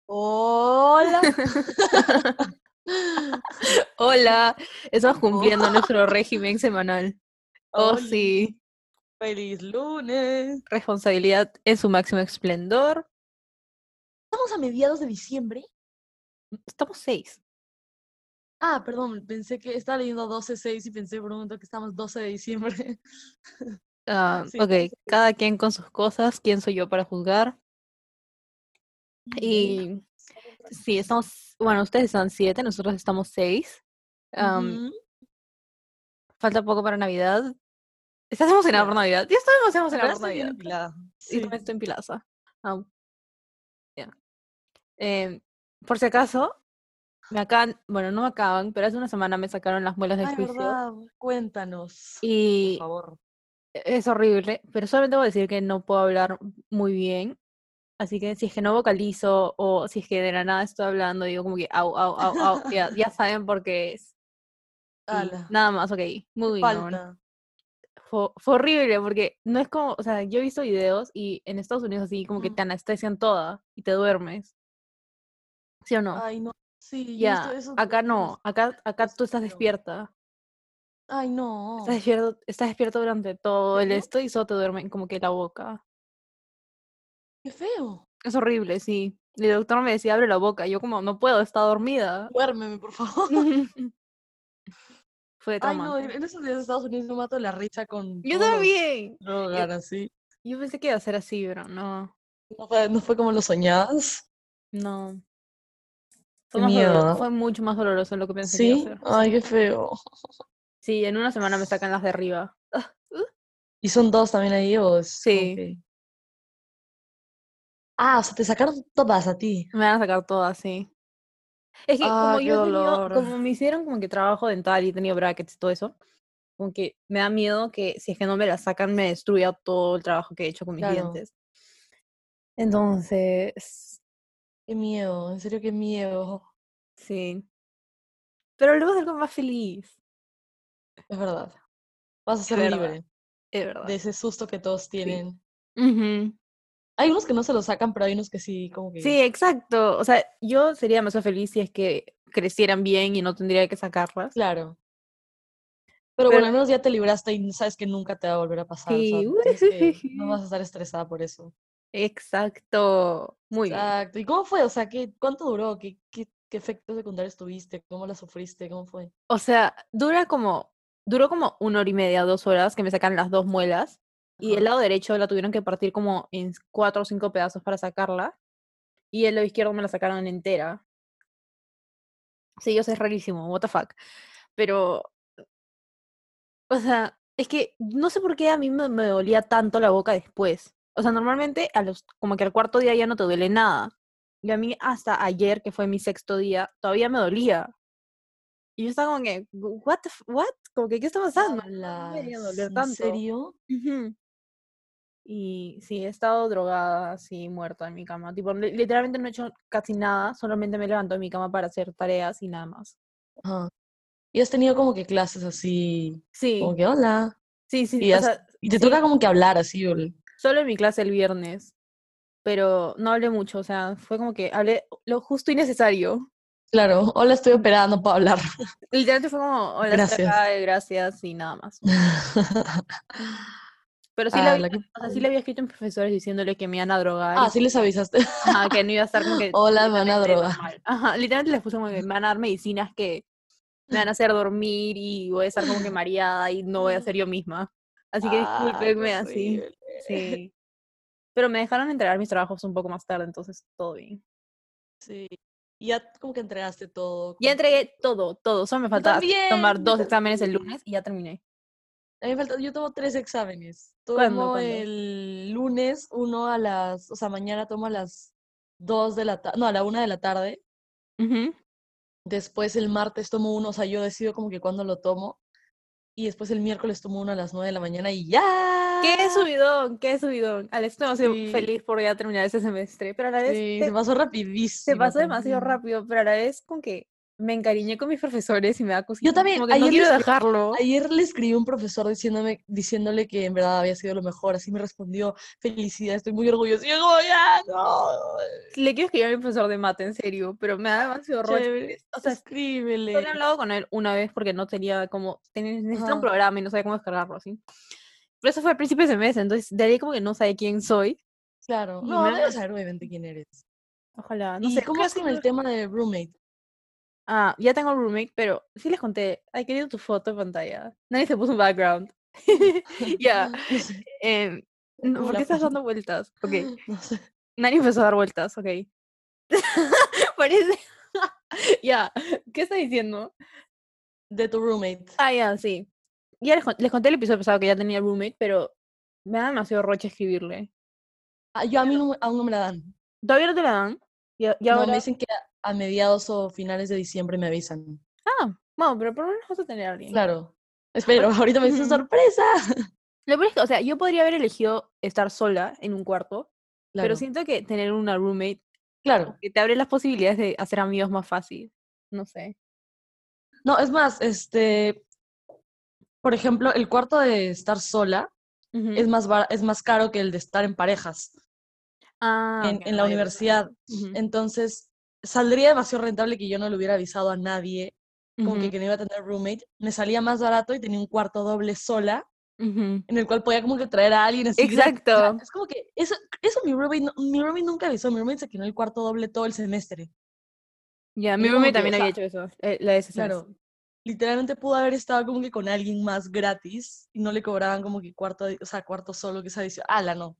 Hola. Hola, estamos Oh, cumpliendo nuestro régimen semanal. Oh, Oli. sí, Feliz lunes. responsabilidad en su máximo esplendor. Estamos a mediados de diciembre. Estamos 6. Ah, perdón, pensé que estaba leyendo 12/6 y pensé por un momento que estamos 12 de diciembre. Sí, Ok, estamos a cada quien con sus cosas. ¿Quién soy yo para juzgar? Venga. Y sí, estamos, bueno, ustedes están 7, nosotros estamos 6. Ujú. Falta poco para Navidad. ¿Estás emocionada Ya. por Navidad? Yo estoy demasiado En emocionada verdad por estoy bien Navidad. empilada. Y Sí. también estoy en Pilaza. Ya. Em, por si acaso, bueno, no me acaban, pero hace una semana me sacaron las muelas del Ay, juicio. verdad. Cuéntanos, por Y favor. es horrible, pero solamente voy a decir que no puedo hablar muy bien. Así que si es que no vocalizo o si es que de la nada estoy hablando, digo como que au, au, au, au, ya saben por qué es. Y Ala, nada más, ok, ¿qué moving on. falta? Fue horrible porque no es como, o sea, yo he visto videos y en Estados Unidos así como que Mm. te anestesian toda y te duermes, ¿sí o no? Ay, no. Sí, yo he visto Ya, esos acá videos. no, acá tú estás Pero. despierta. Ay, no. Estás despierto durante todo el ¿Serio? esto y solo te duermen como que la boca. Qué feo. Es horrible, sí. Y el doctor me decía, abre la boca. Y yo como, no puedo, está dormida. Duérmeme, por favor. Fue Ay, no, traumante. en esos días de Estados Unidos me mato de la risa con Yo todos los también. Yo, drogan así. yo pensé que iba a ser así, pero no. No fue como lo soñabas. No. Qué miedo, Fue ¿no? mucho más doloroso de lo que pensé que iba a Sí, ser. ay, Sí. qué feo. Sí, en una semana me sacan las de arriba. ¿Y son dos también ahí o es como Sí, que... Ah, o sea, te sacaron todas a ti. me van a sacar todas, sí. Es que Ah, qué dolor. como me hicieron como que trabajo dental y he tenido brackets y todo eso, como que me da miedo que si es que no me la sacan me destruya todo el trabajo que he hecho con mis Claro, dientes. Entonces, qué miedo, en serio, qué miedo. sí. Pero luego es algo más feliz. Es verdad. Vas a Es ser verdad, libre es de verdad. ese susto que todos Sí. tienen. Ujú. Hay unos que no se lo sacan, pero hay unos que sí, como que... Sí, exacto. O sea, yo sería más feliz si es que crecieran bien y no tendría que sacarlas. Claro. Pero Pero bueno, al menos ya te libraste y sabes que nunca te va a volver a pasar. O sea, sí, no vas a estar estresada por eso. exacto. Muy bien. Exacto. ¿Y cómo fue? O sea, ¿cuánto duró? ¿Qué efectos secundarios tuviste? ¿Cómo la sufriste? ¿Cómo fue? O sea, duró como 1 hora y media, 2 horas que me sacan las dos muelas. Y el Ajá. lado derecho la tuvieron que partir como en 4 o 5 pedazos para sacarla. Y el lado izquierdo me la sacaron entera. Sí, yo sé, es rarísimo, what the fuck. Pero, o sea, es que no sé por qué a mí me dolía tanto la boca después. O sea, normalmente como que al cuarto día ya no te duele nada. Y a mí hasta ayer, que fue mi sexto día, todavía me dolía. Y yo estaba como que, what? Como que, ¿qué está pasando? No me debería Hablas, doler ¿en tanto. serio? Ujú. Y sí, he estado drogada, así, muerta en mi cama. Tipo, literalmente no he hecho casi nada, solamente me levanto de mi cama para hacer tareas y nada más. Ajá. ¿Y has tenido como que clases así, como Sí, que hola? sí, sí, Y, o has, sea, y te toca sí, como que hablar así, solo en mi clase el viernes, pero no hablé mucho, o sea, fue como que hablé lo justo y necesario. claro, hola, estoy operada, no puedo hablar. Literalmente fue como, hola, estoy acá, Gracias. gracias y nada más. Pero sí Ah, qué o sea, sí padre. le había escrito a mis profesores diciéndole que me iban a drogar Ah, y sí les avisaste. ajá, que no iba a estar como que Hola, me van a completamente drogar. normal. Ajá, literalmente les puse como que me van a dar medicinas que me van a hacer dormir y voy a estar como que mareada y no voy a ser yo misma. Así que Ah, qué discúlpenme así. horrible. Sí. Pero me dejaron entregar mis trabajos un poco más tarde, entonces todo bien. Sí. Y ya como que entregaste todo, Ya como que... entregué todo, todo. Solo me Yo falta también, tomar yo 2 exámenes el también. lunes y ya terminé. A mí me falta, yo tomo 3 exámenes. ¿Cuándo? Tomo ¿Cuándo? el lunes uno o sea, mañana tomo a las 2 de la tarde, no, a la 1 de la tarde. Ujú. Después el martes tomo uno, o sea, yo decido como que cuándo lo tomo. Y después el miércoles tomo uno a las 9 de la mañana y ¡Qué ya. subidón! ¡Qué subidón! A la vez estoy demasiado Sí, feliz por ya terminar ese semestre, pero a la vez sí, se pasó se rapidísimo pasó demasiado también. rápido, pero a la vez con que me encariñé con mis profesores y me da Yo cosita. también, Como que no quiero dejarlo. ayer le escribí a un profesor diciéndole que en verdad había sido lo mejor, así me respondió, felicidad, estoy muy orgulloso. Y yo como, ya, no, Le quiero escribir a mi profesor de mate, en serio, pero me da demasiado roche. chévere, O sea, solo he escríbele. hablado con él una vez porque no tenía como, necesitaba un Ajá, programa y no sabía cómo descargarlo, así. Pero eso fue al principio de ese mes, entonces de ahí como que no sabía quién soy. claro. Y me No, da debes más, saber obviamente quién eres. ojalá, no ¿Y sé, cómo creo es que sí con el tema de roommate? ya tengo roommate, pero sí les conté, ay, querido tu foto en pantalla. Nadie se puso un background. Ya, No sé, em, ¿cómo ¿por qué la estás pongo? dando vueltas? Ok, No sé. Nadie empezó a dar vueltas, ok. Parece, ya, ¿qué está diciendo? De tu roommate. Ya, sí. Ya les conté el episodio pasado que ya tenía roommate, pero me da demasiado roche escribirle. Ah, yo a mí aún no me la dan. ¿Todavía no te la dan? Y No, me ahora. dicen que a mediados o finales de diciembre me avisan. Bueno, pero por lo menos vas a tener a alguien. Claro. Espero, Oye, ahorita me dicen ujú. sorpresa. Lo peor es que, o sea, yo podría haber elegido estar sola en un cuarto, pero Claro, siento que tener una roommate como claro. que te abre las posibilidades de hacer amigos más fácil. No sé. No, es más, por ejemplo, el cuarto de estar sola Ujú. es más caro que el de estar en parejas Ok, en la no, ya pues. universidad. Ujú, Entonces, saldría demasiado rentable que yo no le hubiera avisado a nadie, como ujú, que no iba a tener roommate. Me salía más barato y tenía un cuarto doble sola, ujú. en el cual podía como que traer a alguien así gratis. O sea, Exacto. es como que eso mi roommate nunca avisó. Mi roommate se quedó en el cuarto doble todo el semestre. Ya, Y mi yo como roommate que, o también había sea, hecho eso, la de ese semestre. claro, literalmente pudo haber estado como que con alguien más gratis y no le cobraban como que o sea, cuarto solo, que esa dice, ala, no.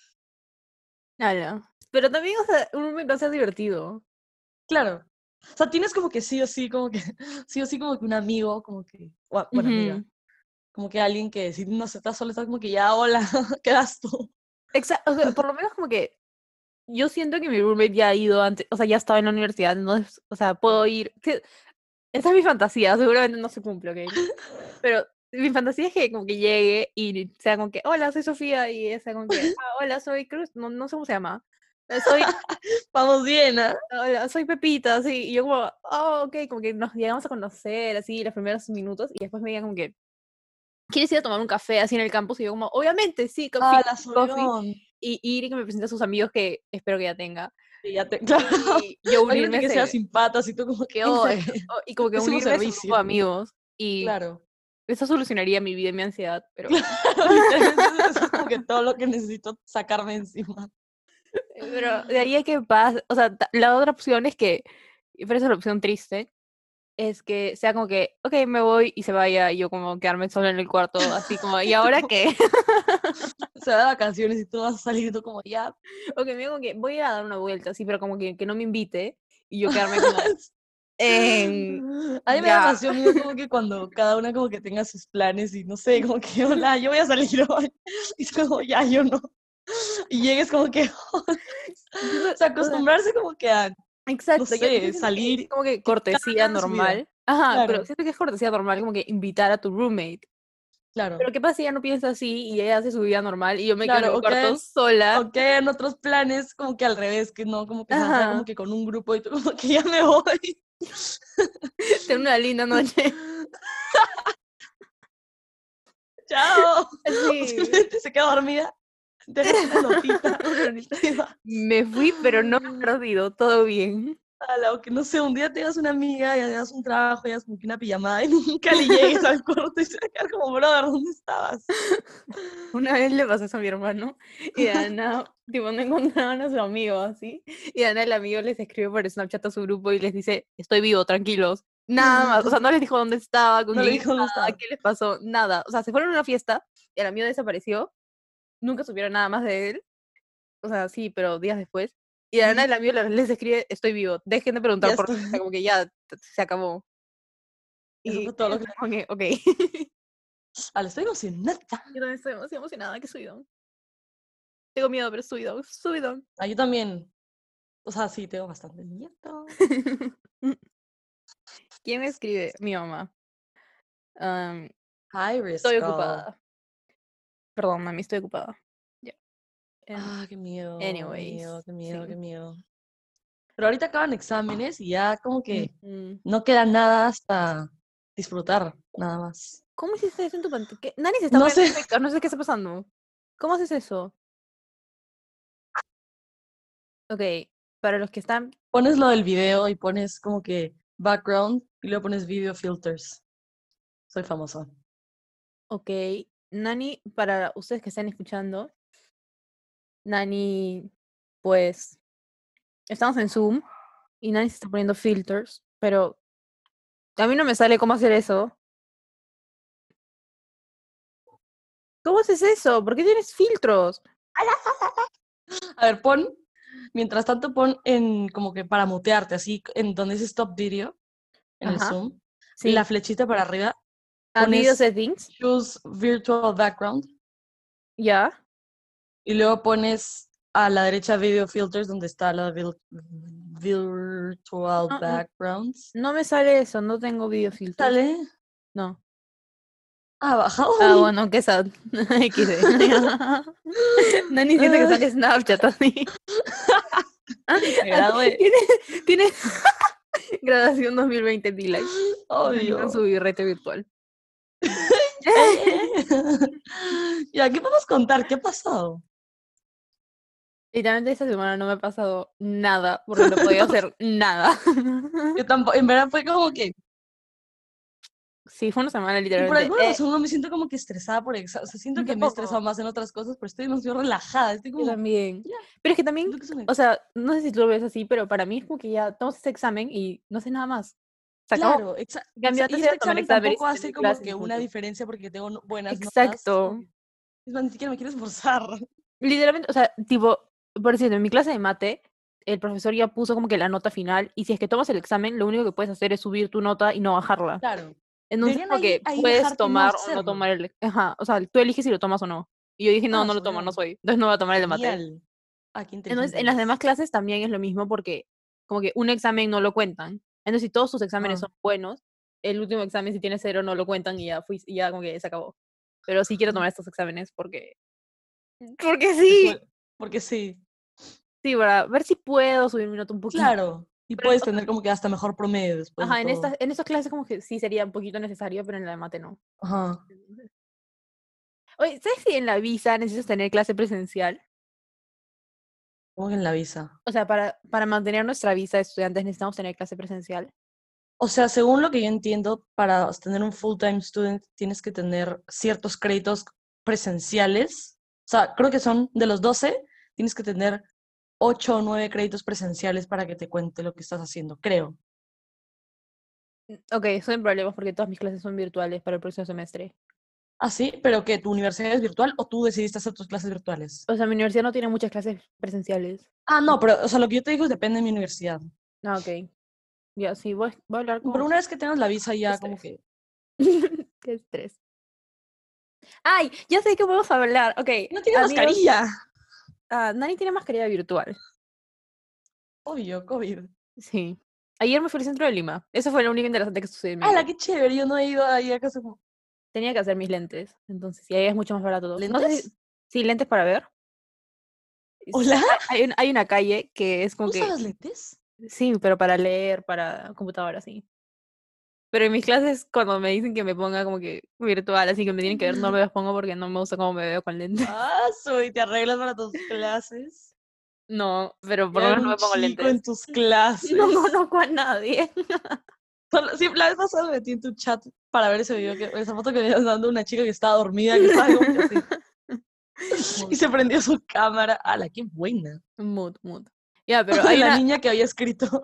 Ala. Pero también, o sea, un roommate va a ser divertido. Claro. O sea, tienes como que sí o sí, como que, sí o sí como que un amigo, como que, bueno, amiga, Ujú. como que alguien que si no se está solo, está como que ya, hola, quedas tú. O sea, por lo menos como que yo siento que mi roommate ya ha ido antes, o sea, ya estaba en la universidad, entonces, o sea, puedo ir. Esa es mi fantasía, seguramente no se cumple, ¿ok? Pero mi fantasía es que como que llegue y sea como que, hola, soy Sofía, y ella sea como que, hola, soy Cruz, no sé cómo se llama. Soy, Vamos bien, ¿ah? hola, soy Pepita, así, y yo como, oh, ok, como que nos llegamos a conocer, así, los primeros minutos, y después me digan como que, ¿quieres ir a tomar un café así en el campus? Y yo como, obviamente, sí, coffee, La coffee, subidón. y ir y que me presente a sus amigos que espero que ya tenga. Y ya te, claro. Y yo unirme Imagínate a que sea ese, sin patas y tú como que, hoy, exacto, y como que pésimo unirme a ese grupo servicio. de amigos, y Claro. eso solucionaría mi vida y mi ansiedad, pero Claro, literalmente eso es como que todo lo que necesito sacarme encima. pero de ahí a que pasa, o sea, la otra opción es que, y por eso es la opción triste, es que sea como que, ok, me voy y se vaya, y yo como quedarme sola en el cuarto, así como, ¿y Y tú ahora como, qué? se va de vacaciones y tú vas a salir y tú como, ya. O que me digo como que voy a dar una vuelta, así, pero como que no me invite, y yo quedarme como, A mí me da ya, demasiado miedo como que cuando cada una como que tenga sus planes y no sé, como que, hola, yo voy a salir hoy. Y tú como, ya, yo no. Y llegues como que, o sea, o sea, acostumbrarse como que a, no exacto, yo sé, siento que es salir, como que que cada cortesía uno haga su vida. normal, ajá, pero Claro, siento que es cortesía normal como que invitar a tu roommate. claro, Pero ¿qué pasa si ella no piensa así y ella hace su vida normal y yo me quedo en claro, el cuarto sola? o que hayan otros planes como que al revés, que no, como que sea como Ajá, que con un grupo y tú como que ya me voy. tener una linda noche. Chao. O Así, simplemente se queda dormida, déjate una notita. Brunita. Y va. Me fui, pero no me he perdido, todo bien. O que no sé, un día tengas una amiga y hagas un trabajo y hagas como que una pijamada y nunca le llegues al cuarto y se va a quedar como, brother, ¿dónde estabas? Una vez le pasó eso a mi hermano y de la nada, tipo, no encontraban a su amigo, así. Y de la nada el amigo les escribe por Snapchat a su grupo y les dice, estoy vivo, tranquilos. Nada más, o sea, no les dijo dónde estaba, con No le quién dijo dónde estaba, estaba. qué les pasó, nada. O sea, se fueron a una fiesta y el amigo desapareció, nunca supieron nada más de él. O sea, sí, pero días después. Y de la nada Ujú. el amigo les escribe, estoy vivo, dejen de preguntar Ya por mí, está. o sea, como que ya se acabó. Eso Y fue todo lo que como que, ok. le estoy emocionada. Yo también estoy emocionada, que subidón. Tengo miedo, pero subidón, subidón. Yo también. O sea, sí, tengo bastante miedo. ¿Quién me escribe? Mi mamá. Am, High estoy risk, girl. ocupada. Perdón, mami, estoy ocupada. Ya. Qué miedo, qué Anyways, miedo, qué miedo, qué sí. miedo. Pero ahorita acaban exámenes y ya como que Mm. no queda nada hasta disfrutar, nada más. ¿Cómo hiciste eso en tu pantalla? Nani se está No poniendo sé, efectos, no sé qué está pasando. ¿Cómo haces eso? Ok, para los que están... pones lo del video y pones como que background y luego pones video filters. Soy famosa. Ok, Nani, para ustedes que están escuchando, Nani, pues, estamos en Zoom y Nani se está poniendo filters, pero a mí no me sale cómo hacer eso. ¿Cómo haces eso? ¿Por qué tienes filtros? A ver, mientras tanto pon en como que para mutearte, así en donde dice stop video, en el Ajá, Zoom, la sí. flechita para arriba, A video pones settings, choose virtual background ya. y luego pones a la derecha video filters donde está la virtual No, backgrounds. no me sale eso, no tengo video filters. Sale. No. Ah, bajado. Ah, bueno, qué sad. XD. Nani siente que sale Snapchat así. Me gradué. Tiene graduación 2020 D-Live. Nani con su Obvio. birrete virtual. Ya, ¿qué podemos contar? ¿Qué ha pasado? Literalmente esta semana no me ha pasado nada porque no podía hacer nada. Yo tampoco, en verdad fue como que, Sí, fue una semana y por literalmente. alguna razón no me siento como que estresada por examen. O sea, siento Yo que me he estresado tampoco. más en otras cosas, pero estoy demasiado relajada. Estoy Yo como, también. ya, Pero es que también, siento que es un o sea, no sé si tú lo ves así, pero para mí es como que ya tomas ese examen y no sé nada más. Se acabó. claro, En cambio, antes y era este tomar examen exámenes tampoco y hace tener como clases que y una punto. diferencia porque tengo buenas notas. Es como Exacto. que, es más, ni siquiera me quiero esforzar. Literalmente, o sea, tipo, por decirlo, en mi clase de mate, el profesor ya puso como que la nota final y si es que tomas el examen, lo único que puedes hacer es subir tu nota y no bajarla. Claro. Entonces, Deberían como ahí, que ahí puedes dejarte no tomar o no hacerlo. tomar el... Ajá, o sea, tú eliges si lo tomas o no. Y yo dije, no, Ah, no lo tomo, no sobrado. soy. Entonces no voy a tomar el de mate. Genial. Ah, qué Entonces, inteligente en las eres. demás clases también es lo mismo porque como que un examen no lo cuentan. Entonces, si todos tus exámenes Ajá. son buenos, el último examen si tienes 0 no lo cuentan y ya fui, y ya como que se acabó. Pero sí quiero tomar estos exámenes porque sí, Eso- porque sí. sí, para ver si puedo subir mi nota un poquito. Claro. Y Pero, puedes o sea, tener como que hasta mejor promedio después de ajá, todo. en estas clases como que sí sería un poquito necesario, pero en la de mate no. Ajá. Oye, ¿sabes si en la visa necesitas tener clase presencial? Como que en la visa. O sea, para mantener nuestra visa de estudiantes necesitamos tener clase presencial. O sea, según lo que yo entiendo, para tener un full-time student tienes que tener ciertos créditos presenciales. O sea, creo que son de los 12 tienes que tener 8 o 9 créditos presenciales para que te cuente lo que estás haciendo, creo. Ok, estoy en problemas porque todas mis clases son virtuales para el próximo semestre. Ah, sí, pero que tu universidad es virtual o tú decidiste hacer tus clases virtuales. O sea, mi universidad no tiene muchas clases presenciales. Ah, no, pero, o sea, lo que yo te digo es depende de mi universidad. Ah, ok. Ya, sí, voy a hablar Pero con... una vez que tengas la visa Qué ya como estrés. que, Qué estrés. ¡Ay! Ya sé que podemos hablar. Ok, no tienes amigos. mascarilla. Nani tiene mascarilla virtual. Obvio, COVID. Sí. Ayer me fui al centro de Lima. Eso fue lo único interesante que sucedió en mi ¡Hala, vida. qué chévere! Yo no he ido ahí a casa como... Tenía que hacer mis lentes. Entonces, y ahí es mucho más barato todo. No sé si... ¿Lentes? Sí, lentes para ver. ¿Hola? Hay una calle que es como que... ¿Usas lentes? Sí, pero para leer, para computadora, sí. Pero en mis clases, cuando me dicen que me ponga como que virtual, así que me tienen que ver, no me las pongo porque no me gusta cómo me veo con lentes. Ah, soy, te arreglas para tus clases. No, pero ¿Hay por lo menos no algún me pongo chico en lentes. tus No clases? conozco a nadie. Sí, la vez pasada me metí en tu chat para ver ese video, esa foto que me ibas dando una chica que estaba dormida, que estaba como que así. Y Mood, se prendió su cámara. ¡Hala, qué buena! mood. Ya, pero De hay la una... niña que había escrito.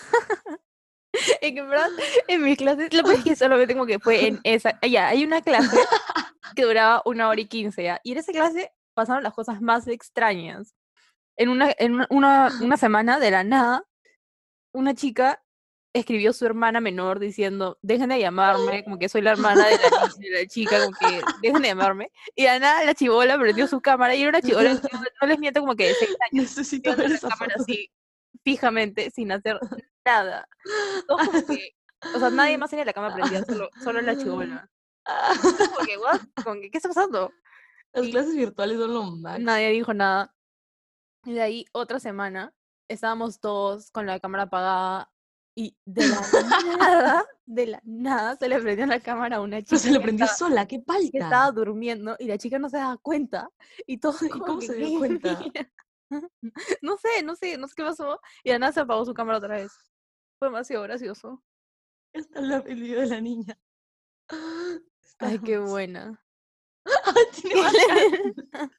En que en verdad, en mis clases, lo peor es que solamente como que fue en esa... Ya, hay una clase que duraba 1 hora y 15, ¿ya? Y en esa clase pasaron las cosas más extrañas. Una semana, de la nada, una chica escribió a su hermana menor diciendo, dejen de llamarme, como que soy la hermana de de la chica, como que dejen de llamarme. Y de la nada la chibola prendió su cámara y era una chibola, no les miento, como que de 6 años, Necesito viendo ver la esa cámara foto. así fijamente, sin hacer nada. Y todos como que, o sea, nadie más tenía la cámara prendida, solo la chibola. Y todos como que, ¿what? Como que, ¿qué está pasando? Las Y clases virtuales son lo nadie máximo. dijo nada. Y de ahí otra semana. estábamos todos con la cámara apagada y de la nada, se le prendió la cámara a una Pero chica se le prendió sola, qué que palta. estaba durmiendo y la chica no se daba cuenta. Y todos ¿Y como cómo que, se dio ¿qué cuenta? mierda? No sé qué pasó. Y de la nada se apagó su cámara otra vez. Fue demasiado gracioso. Esta es el video de la niña. Está Ay, qué hermoso. buena. Ay, tiene más cara.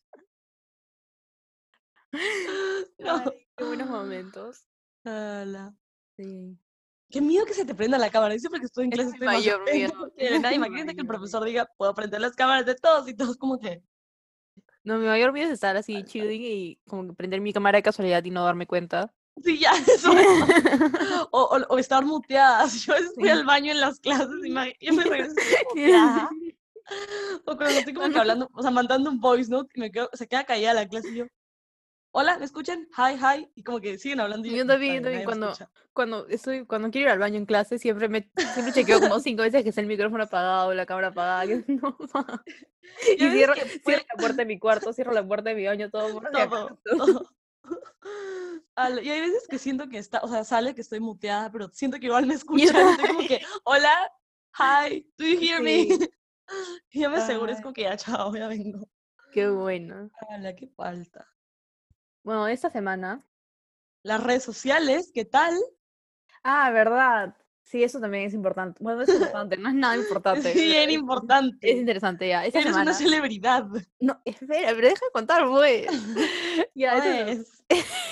No. Ay, qué buenos momentos. Ala. Sí. Qué miedo que se te prenda la cámara. Yo siempre que estoy en Ese clase es mi estoy demasiado mayor atenta miedo. porque Ese de es nada, mi imagínate que el mayor profesor miedo. diga, puedo prender las cámaras de todos y todos como que... No, mi mayor miedo es estar así chilling y como que prender mi cámara de casualidad y no darme cuenta. Sí, ya, eso. O estar muteada. Si yo a veces voy Sí. al baño en las clases y yo me regreso y estoy Sí. muteada. O cuando estoy como que Cuando- hablando, o sea, mandando un voice note y se queda callada la clase y yo, hola, ¿me escuchan? Hi, hi. Y como que siguen hablando y yo, Yo está también, bien, nadie me cuando, escucha. cuando quiero ir al baño en clase, siempre chequeo como 5 veces que está el micrófono apagado, la cámara apagada, que no, Y a y veces cierro, que cierro puede la puerta de mi cuarto, cierro la puerta de mi baño, todo por si acaso. todo, todo. Y hay veces que siento que está, o sea, sale que estoy muteada, pero siento que igual me Yo escuchan. Estoy como que, hola, hi, do you hear me? sí. Y ya me aseguro, es Ay, como que ya, chao, ya vengo. qué bueno. Ala, qué falta. Bueno, esta semana. Las redes sociales, ¿qué tal? Ah, verdad. Sí, eso también es importante. Bueno, es importante, no es nada Es importante, pero bien es importante. interesante ya. Esta Eres una semana. celebridad. No, espera, pero deja de contar, pues. Ya, No es.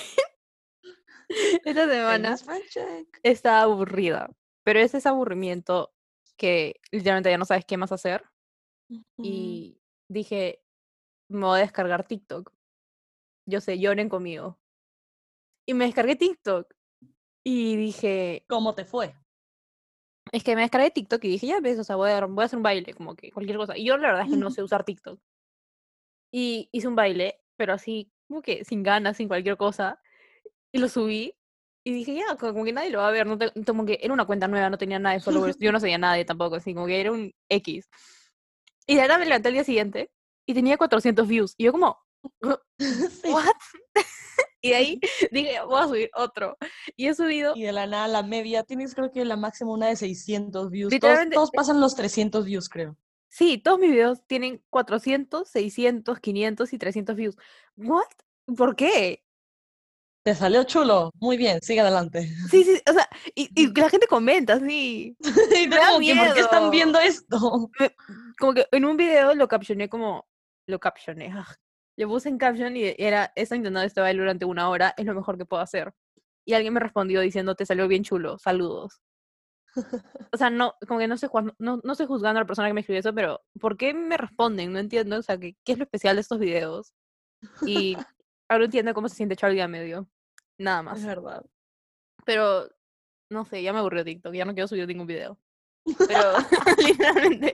esta semana Famous friend check. estaba aburrida. Pero es ese aburrimiento que literalmente ya no sabes qué más hacer. Ujú. Y dije, me voy a descargar TikTok. Yo sé, lloren conmigo. Y me descargué TikTok. Y dije, ¿Cómo te fue? es que me descargué TikTok y dije, ya ves, o sea, voy a hacer un baile, como que cualquier cosa. Y yo la verdad es que no sé usar TikTok. Y hice un baile, pero así, como que sin ganas, sin cualquier cosa. Y lo subí. Y dije, ya, como que nadie lo va a ver. Como que era una cuenta nueva, no tenía nada de followers. Yo no seguía a nadie tampoco, así como que era un X. Y de ahora me levanté el día siguiente y tenía 400 views. Y yo como, Sí. ¿what? Y de ahí dije, voy a subir otro. Y he subido, Y de la nada, la media, tienes creo que la máxima una de 600 views. Todos, literalmente, todos pasan los 300 views, creo. sí, todos mis videos tienen 400, 600, 500 y 300 views. ¿What? ¿Por qué? Te salió chulo. Muy bien, sigue adelante. Sí, sí, o sea, y la gente comenta, sí. Y Me tú da como que, ¿por qué están miedo. viendo esto? me- Como que en un video lo captioné como, lo captioné, le puse en caption y era, está intentando este baile durante 1 hora, es lo mejor que puedo hacer. Y alguien me respondió diciendo, te salió bien chulo, saludos. O sea, no, como que no estoy juzgando a la persona que me escribió eso, pero ¿por qué me responden? No entiendo, o sea, ¿qué es lo especial de estos videos? Y ahora entiendo cómo se siente Charlie a medio, nada Es más. verdad. Pero, no sé, ya me aburrió TikTok, ya no quiero subir ningún video. Pero, literalmente,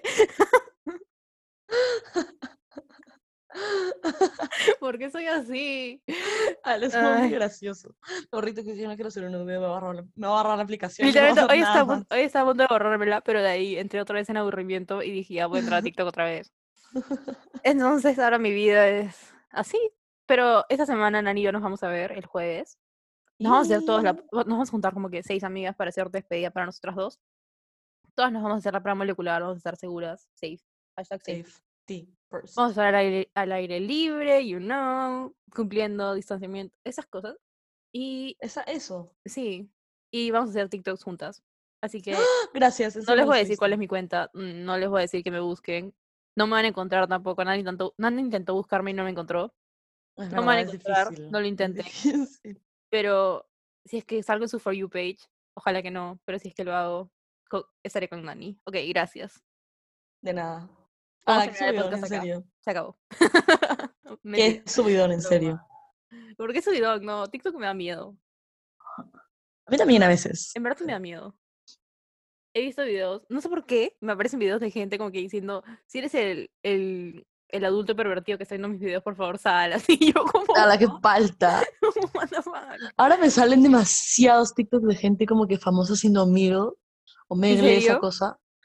¿por qué soy así? Es como muy Ay. gracioso. Lo horrito que si yo no quiero subir un video, me va a borrar la aplicación, ya no va a Literalmente, hacer nada más. hoy estaba a punto de borrármela, pero de ahí entré otra vez en aburrimiento y dije, ya voy a entrar a TikTok otra vez. Entonces ahora mi vida es así. Pero esta semana Nani y yo nos vamos a ver el jueves. Nos vamos a hacer nos vamos a juntar como que 6 amigas para hacer despedida para nosotras dos. Todas nos vamos a hacer la prueba molecular, vamos a estar seguras. Safe. Hashtag safe. Safety Vamos a first. estar al aire libre, cumpliendo distanciamiento, esas cosas. Y Eso. sí, y vamos a hacer TikToks juntas. Así que Gracias, no eso les me voy a decir cuál dijiste. es mi cuenta, no les voy a decir que me busquen. No me van a encontrar tampoco. Nadie intentó buscarme y no me encontró. Es No me van a verdad, es encontrar, difícil. no lo Es intenté. difícil. Pero si es que salgo en su For You page, ojalá que no, pero si es que lo hago, estaré con Nani. Ok, gracias. De nada. Vamos a Qué terminar el subidón, podcast en acá. serio. Se acabó. Mentira. Qué subidón, en Broma. serio. ¿Por qué subidón? No, TikTok me da miedo. A mí también a veces. En verdad que me da miedo. He visto videos, no sé por qué, me aparecen videos de gente como que diciendo, si eres el adulto pervertido que está viendo mis videos, por favor, sal. Así yo A como, la que falta. what the fuck. Ahora me salen demasiados TikToks de gente como que famosa siendo amigo o ¿En Megle, esa serio? cosa.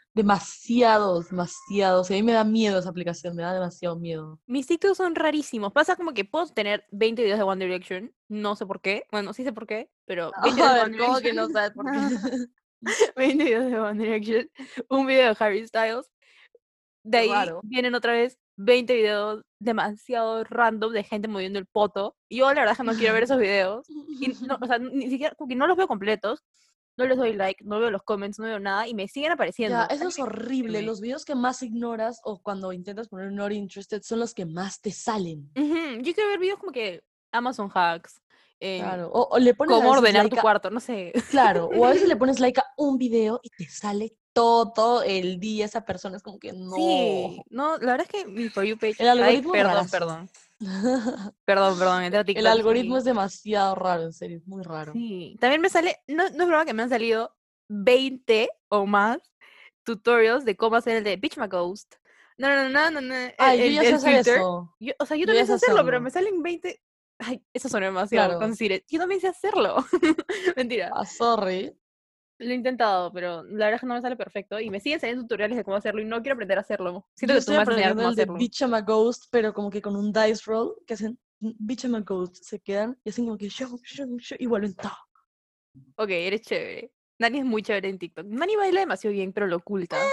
Demasiados, demasiados. Y a mí me da miedo esa aplicación, me da demasiado miedo. Mis TikToks son rarísimos. Pasa como que puedo tener 20 videos de One Direction. No sé por qué. Bueno, sí sé por qué, pero 20 A videos de ver, One ¿cómo que Direction. no sabes por qué? 20 videos de One Direction. Un video de Harry Styles. De Qué ahí raro. vienen otra vez 20 videos demasiado random de gente moviendo el poto. Y yo la verdad es que no quiero ver esos videos. Y no, o sea, ni siquiera, como que no los veo completos. No les doy like, no veo los comments, no veo nada. Y me siguen Ya, apareciendo. eso es Alguien horrible. sígueme. Los videos que más ignoras o cuando intentas poner not interested son los que más te salen. Ujú, yo quiero ver videos como que Amazon hacks. Claro. O le pones a Cómo veces ordenar tu like a, cuarto, no sé. claro, o a veces le pones like a un video y te sale todo el día esa persona. Es como que no. Sí, no, la verdad es que mi For You page. El Ay, algoritmo es perdón, rarazo. perdón. Perdón, entré a El TikTok algoritmo y. es demasiado raro, en serio, es muy raro. Sí. También me sale. No, no es broma que me han salido 20 o más tutorials de cómo hacer el de Pitch My Ghost. No, no, no, no, no, Ay, yo ya sé el hacer filter. eso. O sea, yo Yo ya también sé sé hacerlo, pero hacerlo. me salen 20. Ay, eso suena demasiado con Claro. Siri. Yo también sé hacerlo. Mentira. Ah, sorry. Lo he intentado, pero la verdad es que no me sale perfecto. Y me siguen saliendo tutoriales de cómo hacerlo y no quiero aprender a hacerlo. Siento Yo que tú estoy me vas a enseñar aprendiendo cómo el de hacerlo. Beach 'em a Ghost, pero como que con un dice roll, que hacen Beach 'em a Ghost, se quedan y hacen como que shoo, shoo, shoo, y vuelven todo. Ok, eres chévere. Nani es muy chévere en TikTok. Nani baila demasiado bien, pero lo oculta.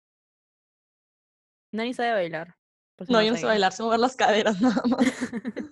Nani sabe bailar, por si no No, lo yo no sé sabían. bailar, sé mover las caderas nada más.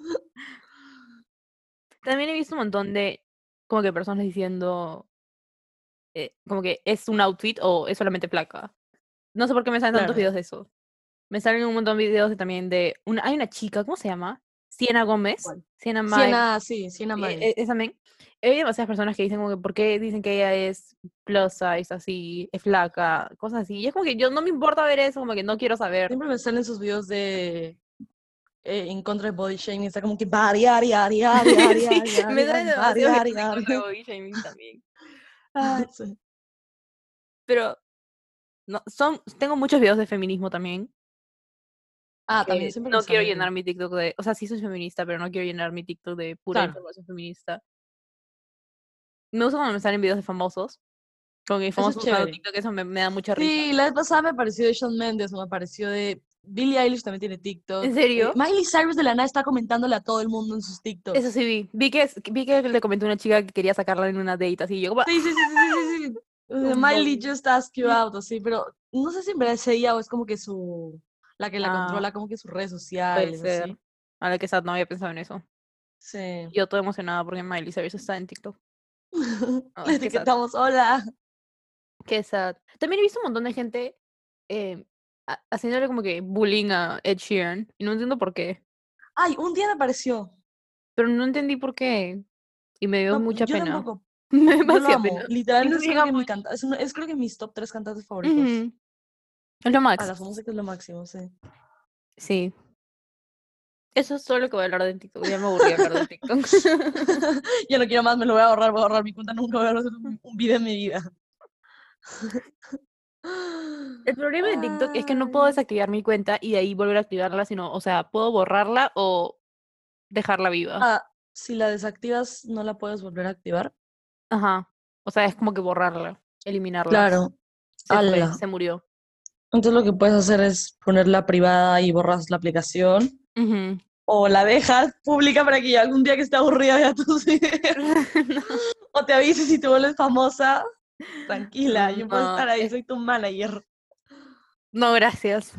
También he visto un montón de como que personas diciendo como que es un outfit o es solamente placa. No sé por qué me salen tantos videos Claro. de eso. Me salen un montón de videos también de hay una chica, ¿cómo se llama? Siena Gómez. ¿Cuál? Siena Mai. Siena, sí, Siena Mai. Esa men. Hay demasiadas personas que dicen como que por qué dicen que ella es plus size, así, es flaca, cosas así. Y es como que yo no me importa ver eso, como que no quiero saber. Siempre me salen sus videos de en contra de body shaming, está como que body, ari, ari, ari, ari, Sí, ari, me ari, salen ari, ari, demasiados ari, videos en ari. contra de body shaming también. Ay, Sí. pero no, tengo muchos videos de feminismo también, Ah, también que siempre me no quiero salen. llenar mi TikTok de, o sea, sí soy feminista, pero no quiero llenar mi TikTok de pura Claro, información feminista. Me gusta cuando me salen videos de famosos, como que eso es famosos usando chévere. TikTok, eso me da mucha risa. Sí, la vez pasada me apareció de Shawn Mendes, me apareció de Billie Eilish, también tiene ¿En TikTok. serio? Miley Cyrus de la nada está comentándole a todo el mundo en sus Eso TikToks. sí vi que le comenté a una chica que quería sacarla en una date, así, y yo como, Sí, sí, sí, sí, sí, sí, sí. Miley boom. just ask you out, así, pero no sé si en verdad es ella o es como que la que la Ah, controla, como que sus redes puede sociales, ser. así. A la que sad, no había pensado en eso. Sí. Yo toda emocionada porque Miley Cyrus está en TikTok. La Ay, qué sad. etiquetamos, hola. Qué sad. También he visto un montón de gente eh, haciéndole como que bullying a Ed Sheeran. Y no entiendo por qué. Ay, un día me apareció. Pero no entendí por qué. Y me dio No, mucha yo pena. tampoco. Me dio Yo lo demasiada amo. pena. Y Literalmente nos es creo que llegamos. mi canta, es creo que mis top 3 cantantes favoritos. Ujú. Es lo A max. la música es lo máximo, sí. Sí. Eso es todo lo que voy a hablar de TikTok. Ya me aburrí de hablar de TikTok. Ya no quiero más, me lo voy a ahorrar mi cuenta, nunca voy a hacer un video en mi vida. El problema de TikTok es que no puedo Ay. desactivar mi cuenta y de ahí volver a activarla, sino, o sea, puedo borrarla o dejarla viva. Ah, si la desactivas, no la puedes volver a activar. Ajá. O sea, es como que borrarla, eliminarla. Claro, Se fue, ala. se murió. Entonces lo que puedes hacer es ponerla privada y borras la aplicación. Ujú. O la dejas pública para que algún día que esté aburrida vea tus videos. No, O te avises si te vuelves famosa. Tranquila, yo puedo no, estar ahí, soy tu manager. no, gracias.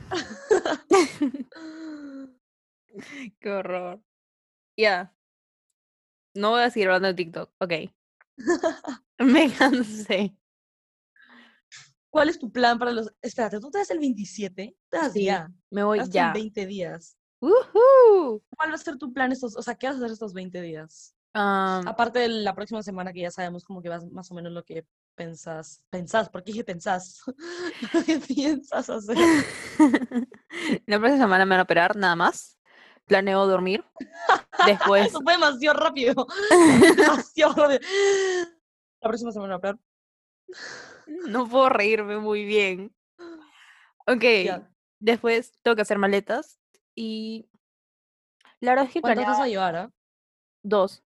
Qué horror. Ya, no voy a seguir hablando de TikTok. Ok, me cansé. ¿Cuál es tu plan para los... Espérate, ¿tú te das el 27? Te das Sí, ya. me Te voy das en ya. 20 días. ¡Woohoo! ¿Cuál va a ser tu plan estos... O sea, ¿qué vas a hacer estos 20 días? Am, Aparte de la próxima semana que ya sabemos como que vas más o menos lo que pensás, porque dije pensás, lo que piensas hacer. La próxima semana me van a operar, nada más. Planeo dormir. Eso Después, fue demasiado rápido, demasiado rápido. La próxima semana, pero no puedo reírme muy bien. Ok, ya. después tengo que hacer maletas y la verdad es que ¿Cuántas planeaba vas a llevar, ah? 2.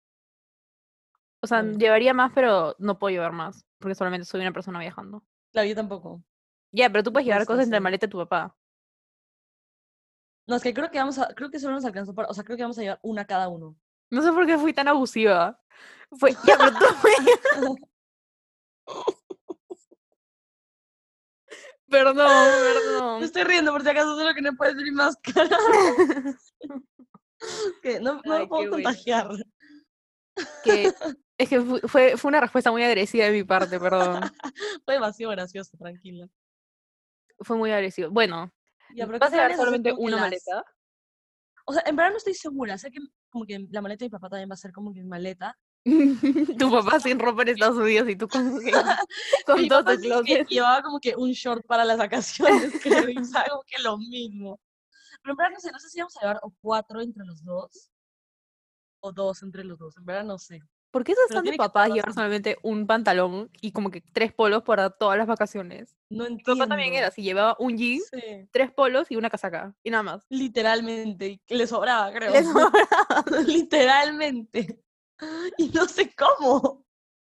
O sea, Bueno, llevaría más, pero no puedo llevar más, porque solamente soy una persona viajando. claro, yo tampoco. Ya, pero tú ¿Qué puedes llevar puedes cosas en la hacer? maleta de tu papá. No, es que creo que solo nos alcanzó para, o sea, creo que vamos a llevar una cada uno. No sé por qué fui tan abusiva. Ya, pero tú Perdón, Me perdón. estoy riendo por si acaso, solo que no puedes ver mi máscara. Que no lo Ay, qué puedo bueno. contagiar. Que es que fue una respuesta muy agresiva de mi parte, perdón. Fue demasiado gracioso, tranquila. Fue muy agresivo. Bueno, Ya, pero ¿qué ¿vas a llevar planes hacer solamente como que una las... maleta? O sea, en verdad no estoy segura. Sé que como que la maleta de mi papá también va a ser como que mi maleta. Tu Pero papá estaba sin ropa en que, Estados Unidos y tú que con mi todo papá tu sí que closet. llevaba como que un short para las vacaciones, creo, y usaba como que lo mismo. Pero en verdad no sé si vamos a llevar o cuatro entre los dos, o dos entre los dos. En verdad no sé. ¿Por qué eso es Pero tan de tiene que estar papás llevar bastante. solamente un pantalón y como que 3 polos para todas las vacaciones? No Mi papá también era entiendo. así, llevaba un jean, Sí. 3 polos y una casaca. Y nada más. Literalmente, y le sobraba, creo. Les sobraba. Literalmente. Y no sé cómo.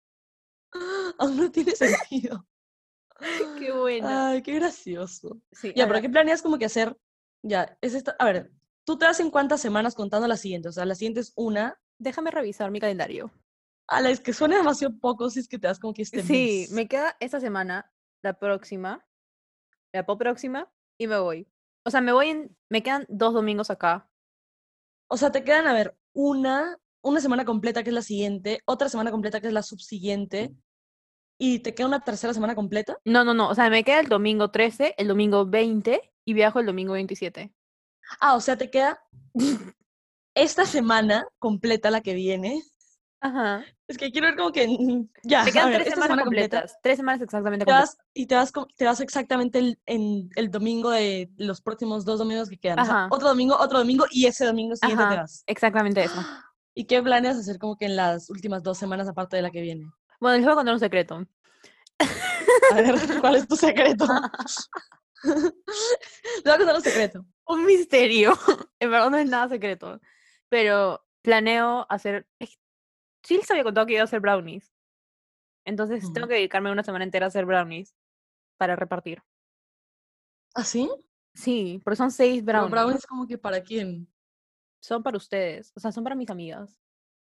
Aún no tiene sentido. Qué buena. Ay, qué gracioso. Sí, Ya, pero ¿qué planeas como que hacer? Ya, es esta. A ver, tú te das en cuántas semanas contando la siguiente. O sea, la siguiente es una. déjame revisar mi calendario. A la es que suena demasiado poco si es que te das como que este Sí, mes. me queda esta semana, la próxima, la próxima, y me voy. O sea, me quedan 2 domingos acá. O sea, te quedan, a ver, una semana completa que es la siguiente, otra semana completa que es la subsiguiente, y te queda una tercera semana completa. No, no, no. O sea, me queda el domingo 13, el domingo 20 y viajo el domingo 27. Ah, o sea, te queda esta semana completa la que viene. Ajá. Es que quiero ver como que, ya, Me a quedan ver, tres esta semanas semana completa, completas. 3 semanas exactamente te completas. vas y te vas exactamente en el domingo de los próximos dos domingos que quedan. O sea, Ajá, otro domingo y ese domingo siguiente te ajá. vas. Exactamente eso. ¿Y qué planeas hacer como que en las últimas dos semanas aparte de la que viene? Bueno, les voy a contar un secreto. A ver, ¿cuál es tu secreto? Te voy a contar un secreto. Un misterio. En verdad no es nada secreto. Pero planeo hacer. Sí les había contado que iba a hacer brownies. Entonces tengo Mm. que dedicarme una semana entera a hacer brownies para repartir. ¿Ah, sí? Sí, porque son 6 Pero brownies. brownies como que para quién. Son para ustedes. O sea, son para mis amigas.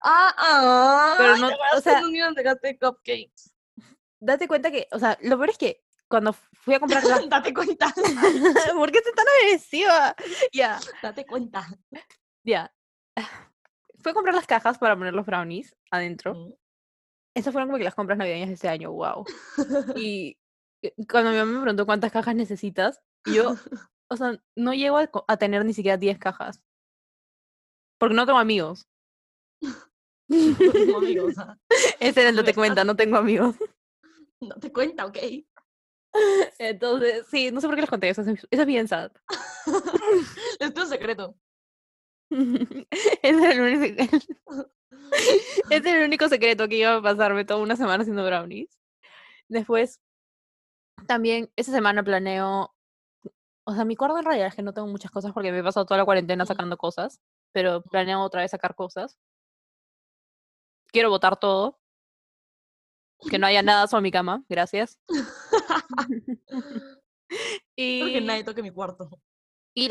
Pero Ay, ¿te no, o acuerdas sea, cuando un día dejaste cupcakes? date cuenta que, o sea, lo peor es que cuando fui a comprar las... Date cuenta, ¿Por qué estás tan agresiva? Ya, date cuenta. ya. Fui a comprar las cajas para poner los brownies adentro. Mm. Esas fueron como que las compras navideñas de este año, wow. Y cuando mi mamá me preguntó cuántas cajas necesitas, y yo, o sea, no llego a tener ni siquiera 10 cajas, porque no tengo amigos. No tengo amigos, ¿ah? Ese era el Me date estás... cuenta, no tengo amigos. Date cuenta, ¿ok? Entonces, sí, no sé por qué les conté eso, eso es bien sad. Es tu secreto. Ese era el único, ese era el único secreto que iba a pasarme toda una semana haciendo brownies. Después, también, esa semana planeo, o sea, mi cuarto en realidad es que no tengo muchas cosas porque me he pasado toda la cuarentena Mm, sacando cosas, pero mm. planeo otra vez sacar cosas. Quiero botar todo, que no haya nada sobre mi cama, gracias. Creo que Y, nadie toque mi cuarto. y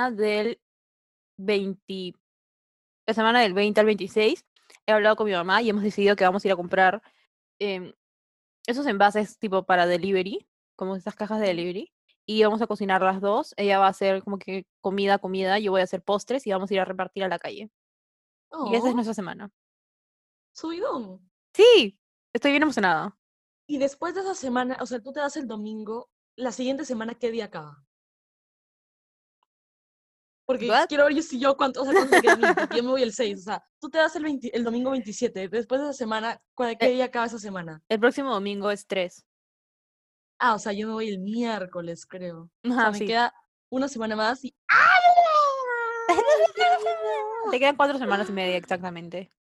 la semana del 20 al 26, he hablado con mi mamá y hemos decidido que vamos a ir a comprar em, esos envases tipo para delivery, como esas cajas de Mm. delivery, y vamos a cocinar las dos. Ella va a hacer como que comida, yo voy a hacer postres y vamos a ir a repartir a la calle. Y esa es Oh, nuestra semana. subidón. Sí, estoy bien emocionada. Y después de esa semana, o sea, tú te das el domingo, la siguiente semana, ¿qué día acaba? Porque ¿What? quiero ver yo si yo cuánto, o sea, cuánto me queda a mí, porque yo me voy el 6, o sea, tú te das el domingo 27, después de esa semana, ¿qué El, día acaba esa semana? el próximo domingo es 3. Ah, o sea, yo me voy el miércoles, creo. O sea, Ajá, me sí. queda una semana más y... Te quedan 4 semanas y media exactamente.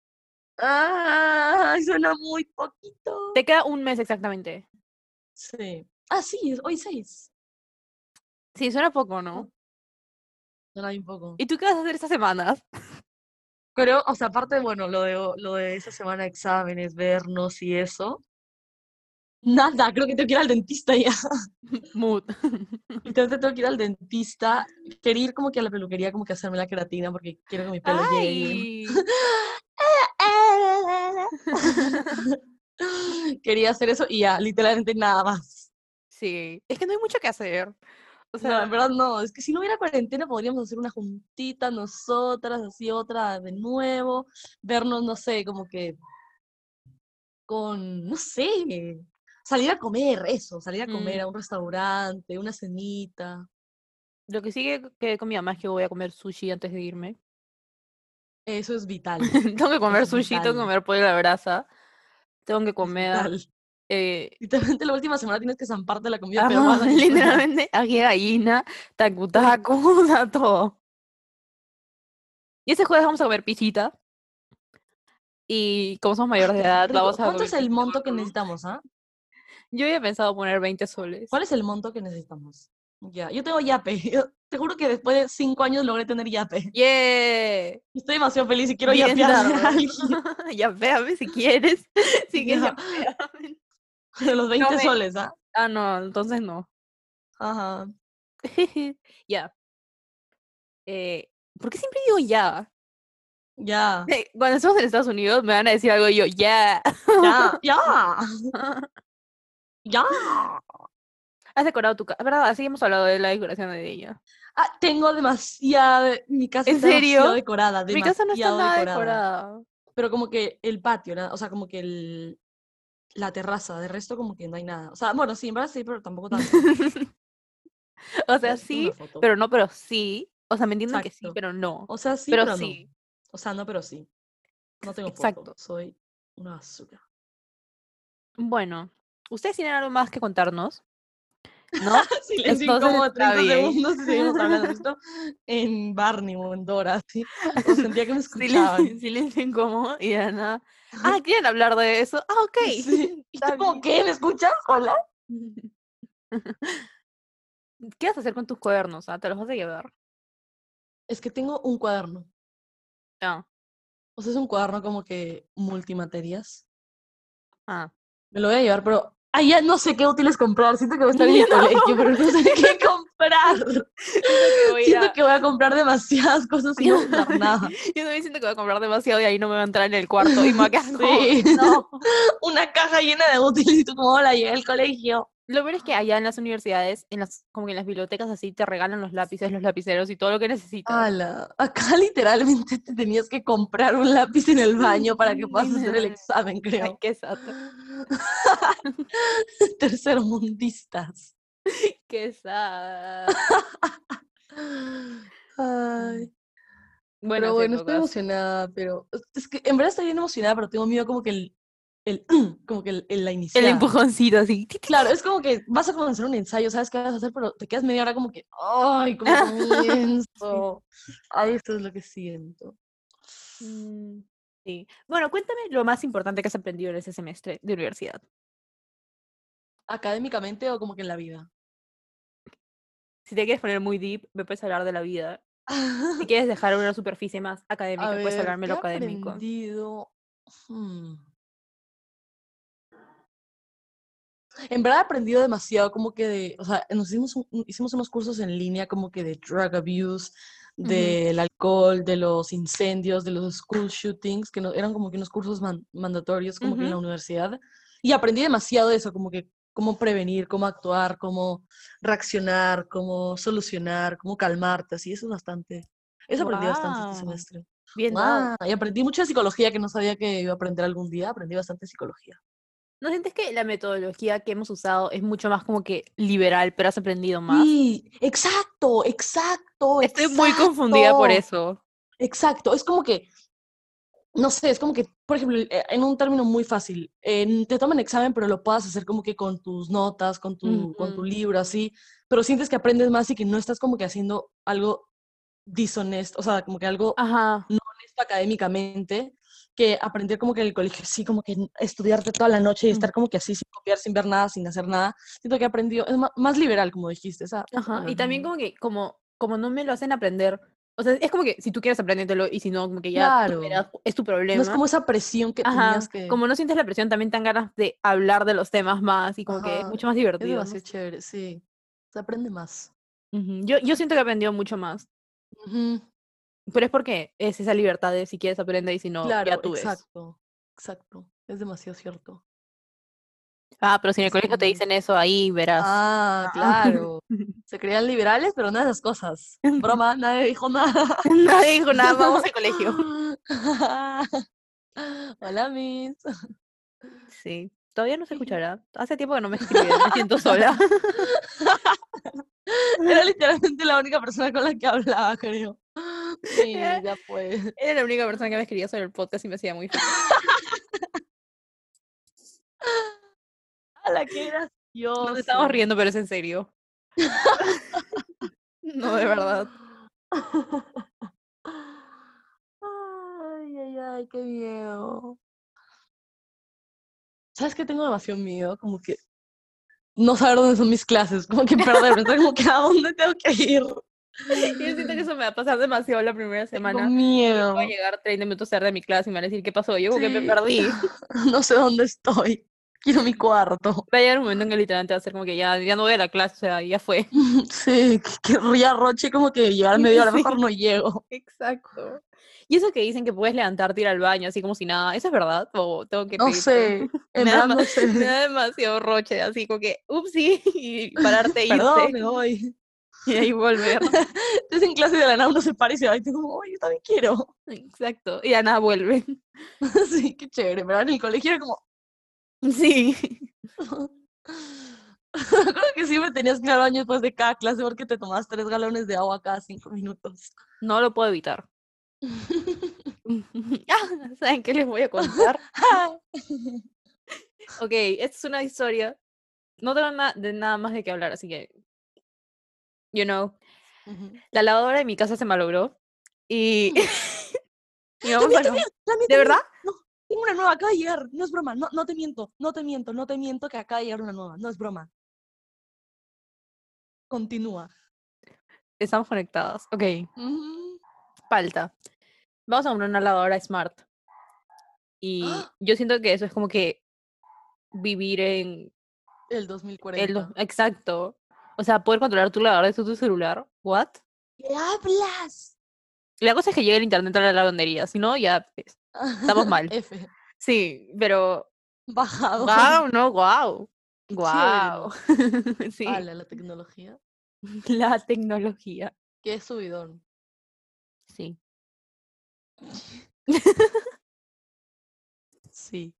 ¡Ay, suena muy poquito! Te queda un mes exactamente. Sí. Ah, sí, hoy 6. Sí, suena poco, ¿no? Suena bien poco. ¿Y tú qué vas a hacer estas semanas? Pero, o sea, aparte, bueno, lo de esa semana, exámenes, vernos y eso, Nada, creo que tengo que ir al dentista ya. Mood. Entonces tengo que ir al dentista. Quería ir como que a la peluquería, como que hacerme la queratina, porque quiero que mi pelo llegue bien. ¡Ay! Quería hacer eso y ya, literalmente nada más. Sí, es que no hay mucho que hacer. O No, sea, en verdad no. Es que si no hubiera cuarentena podríamos hacer una juntita nosotras, así otra de nuevo, vernos, no sé, como que con, no sé, salir a comer, eso, salir a comer mm, a un restaurante, una cenita. lo que sigue que con mi mamá es que voy a comer sushi antes de irme. Eso es vital. Tengo que comer Es sushi, tengo que vital. comer pollo a la brasa, tengo que Es comer vital. eh, Literalmente la última semana tienes que zamparte la comida arroz, peruana que puedas. literalmente, ají de gallina, Sí. tacu-tacu, o sea, todo. Y ese jueves vamos a comer pisita. Y como somos mayores de Qué edad, rico. vamos a ¿Cuánto comer es el pisita monto que con arroz. necesitamos, ah? Yo había pensado poner 20 soles. ¿Cuál es el monto que necesitamos? Ya, yo tengo Yape. Yo te juro que después de 5 años logré tener Yape. ¡Yeah! Estoy demasiado feliz y quiero Bien, yapearle a Dardo. alguien. Ya véame si quieres. Si quieres, Ya, ya véame. de los No 20 me. soles, ¿ah? Ah, no, entonces no. Ajá. Ya. ¿Por qué siempre digo ya? Ya, Cuando estamos en Estados Unidos me van a decir algo y yo, ya. ya, ya, ya. ¿Has decorado tu casa? ¿Verdad? Así hemos hablado de la decoración de ella. Ah, tengo demasiada, mi casa ¿En está demasiado serio? decorada, Mi casa no está demasiado nada decorada. decorada. Pero como que el patio, o sea, como que la terraza, de resto como que no hay nada. O sea, bueno, sí, en verdad sí, pero tampoco tanto. O Voy a sea, hacerte una sí, foto. pero no, pero sí. O sea, me entienden que sí, Exacto. pero no. O sea, sí, Pero pero no. sí. O sea, no, pero sí. No tengo foto. Exacto. Soy una basura. Bueno, ustedes tienen algo más que contarnos, ¿no? Silencio Entonces incómodo, está 30 bien. segundos y seguimos hablando de esto en Barney o en Dora, ¿sí? O sentía que me Silencio, escuchaban. silencio incómodo y de la nada. Ah, ¿quieren hablar de eso? Ah, ok. Sí. ¿Y tú Está como bien. qué? ¿Me escuchas? Hola. ¿Qué vas a hacer con tus cuadernos? ¿Ah? ¿Te los vas a llevar? Es que tengo un cuaderno. No. O sea, es un cuaderno como que multimaterias. Ah. Me lo voy a llevar, pero ay, ya no sé qué útiles comprar. Siento que voy a estar en Yo mi colegio, tampoco. pero no sé qué comprar. Siento que voy a ir Siento a. que voy a comprar demasiadas cosas y Yo no usar nada. también siento que voy a comprar demasiado y ahí no me va a entrar en el cuarto y me va a quedar como, Sí. no. Una caja llena de útiles y tú como, hola, llegué al colegio. Lo peor es que allá en las universidades, como que en las bibliotecas así, te regalan los lápices, los lapiceros y todo lo que necesitas. Ala, acá literalmente te tenías que comprar un lápiz en el baño para que puedas hacer el examen, Ay, creo. qué sad. Tercermundistas. Qué sad. Mm. Ay, pero Buenas bueno, estoy épocas. emocionada, pero es que en verdad estoy bien emocionada, pero tengo miedo como que el como que la El iniciada. empujoncito así. Ti, ti, ti. Claro, es como que vas a comenzar un ensayo, sabes qué vas a hacer, pero te quedas media hora como que, ay, ¿cómo Sí. comienzo? Ay, esto es lo que siento. Mm, sí. Bueno, cuéntame lo más importante que has aprendido en ese semestre de universidad. ¿Académicamente o como que en la vida? Si te quieres poner muy deep, me puedes hablar de la vida. Si quieres dejar una superficie más A académica, puedes ver, hablarme ¿qué lo he académico. aprendido? Hmm. En verdad he aprendido demasiado como que o sea, hicimos unos cursos en línea como que de drug abuse, Ujú, del alcohol, de los incendios, de los school shootings, que no, eran como que unos cursos mandatorios como que en ujú. la universidad. Y aprendí demasiado de eso, como que cómo prevenir, cómo actuar, cómo reaccionar, cómo solucionar, cómo calmarte, así, eso es bastante. Eso aprendí bastante este Guau, semestre. bien dado. ¡Wow! Y aprendí mucho de psicología que no sabía que iba a aprender algún día, aprendí bastante de psicología. ¿No sientes que la metodología que hemos usado es mucho más como que liberal, pero has aprendido más? Sí, exacto, exacto, Estoy muy confundida por exacto, eso. exacto. Es como que, no sé, es como que, por ejemplo, en un término muy fácil, te toman examen, pero lo puedas hacer como que con tus notas, con tu Ujú. libro, así, pero sientes que aprendes más y que no estás como que haciendo algo dishonesto, o sea, como que algo Ajá. no honesto académicamente, que aprender como que en el colegio, sí, como que estudiarte toda la noche y Mm, estar como que así, sin copiar, sin ver nada, sin hacer nada. Siento que he aprendido, es más liberal, como dijiste, esa ajá. palabra Y no también me... como que, como no me lo hacen aprender, O sea, es como que si tú quieres apréndetelo y si no, como que ya tú Claro. verás, es tu No es problema. como esa presión que tenías Ajá, que... como no sientes la presión, también te dan ganas de hablar de los temas más y como que es Ajá, mucho más es divertido, ¿no? demasiado chévere, sí. Se aprende más. Ujú. Yo siento que he aprendido mucho más, Ujú, pero es porque es esa libertad de si quieres aprender y si no, ya claro, tú ves. exacto, exacto. Es demasiado cierto. Ah, pero si en el Es colegio te muy... dicen eso, ahí verás. Ah, Ah. claro. Se creían liberales, pero nada de esas cosas. Broma, nadie dijo nada. Nadie dijo nada, vamos al colegio. Hola, Miss. Sí, todavía no se escuchará. Hace tiempo que no me escriben, me siento sola. Era literalmente la única persona con la que hablaba, creo. Mi, ya pues. Era la única persona que me escribía sobre el podcast y me hacía muy feliz. ¡Hala, qué Nos estamos gracioso! riendo, pero es en serio. No, de verdad. Ay, ay, ay, qué miedo. ¿Sabes qué? Tengo demasiado miedo, como que no saber dónde son mis clases, como que perderme, entonces como que a dónde tengo que ir. Yo siento que eso me va a pasar demasiado la primera Tengo semana. Que voy a miedo. llegar 30 minutos tarde a mi clase y me van a decir, ¿qué pasó? Yo como que me Sí, perdí. no sé dónde estoy. Quiero mi cuarto. Va a llegar un momento en que literalmente va a ser como que ya no voy a la clase, o sea, ya fue. Sí, que ría Roche como que llegar media hora, mejor Sí, no llego. exacto. Y eso que dicen que puedes levantarte, ir al baño, así como si nada, ¿eso es verdad? ¿O tengo que No pedir permiso? sé, en verdad no Me sé. da demasiado roche, así como que, upsí, y pararte e Perdón, irte, me voy. y ahí volver. Entonces en clase de la nada uno se para y se va y tú como, "Ay, yo también quiero". Exacto, y ya nada vuelve. Sí, qué chévere, ¿verdad? En el colegio era como, Sí, creo que siempre tenías que ir al baño después de cada clase porque te tomabas 3 galones de agua cada 5 minutos. no lo puedo evitar. ¿Saben qué les voy a contar? Ok, esta es una historia. No tengo de nada más de qué hablar, así que, you know, Ujú. la lavadora de mi casa se malogró y, y La vamos mía a... también, la mía ¿De verdad? también. No, tengo una nueva, acaba de llegar. No es broma, no, no te miento, no te miento, no te miento que acaba de llegar una nueva. No es broma. Continúa. Estamos conectadas. Ok, Ujú. falta. Vamos a comprar una lavadora smart. Y ¡Ah! yo siento que eso es como que vivir en El el... 2040. Exacto. O sea, poder controlar tu lavadora desde tu celular. ¿What? ¿Qué hablas? La cosa es que llegue el internet a la lavandería. Si no, ya pues, estamos mal. F, Sí, pero... bajado. Wow, no, wow. Qué chévere, Wow. ¿no? Sí, Ala, la tecnología. la tecnología. Qué subidón. Sí. Sí.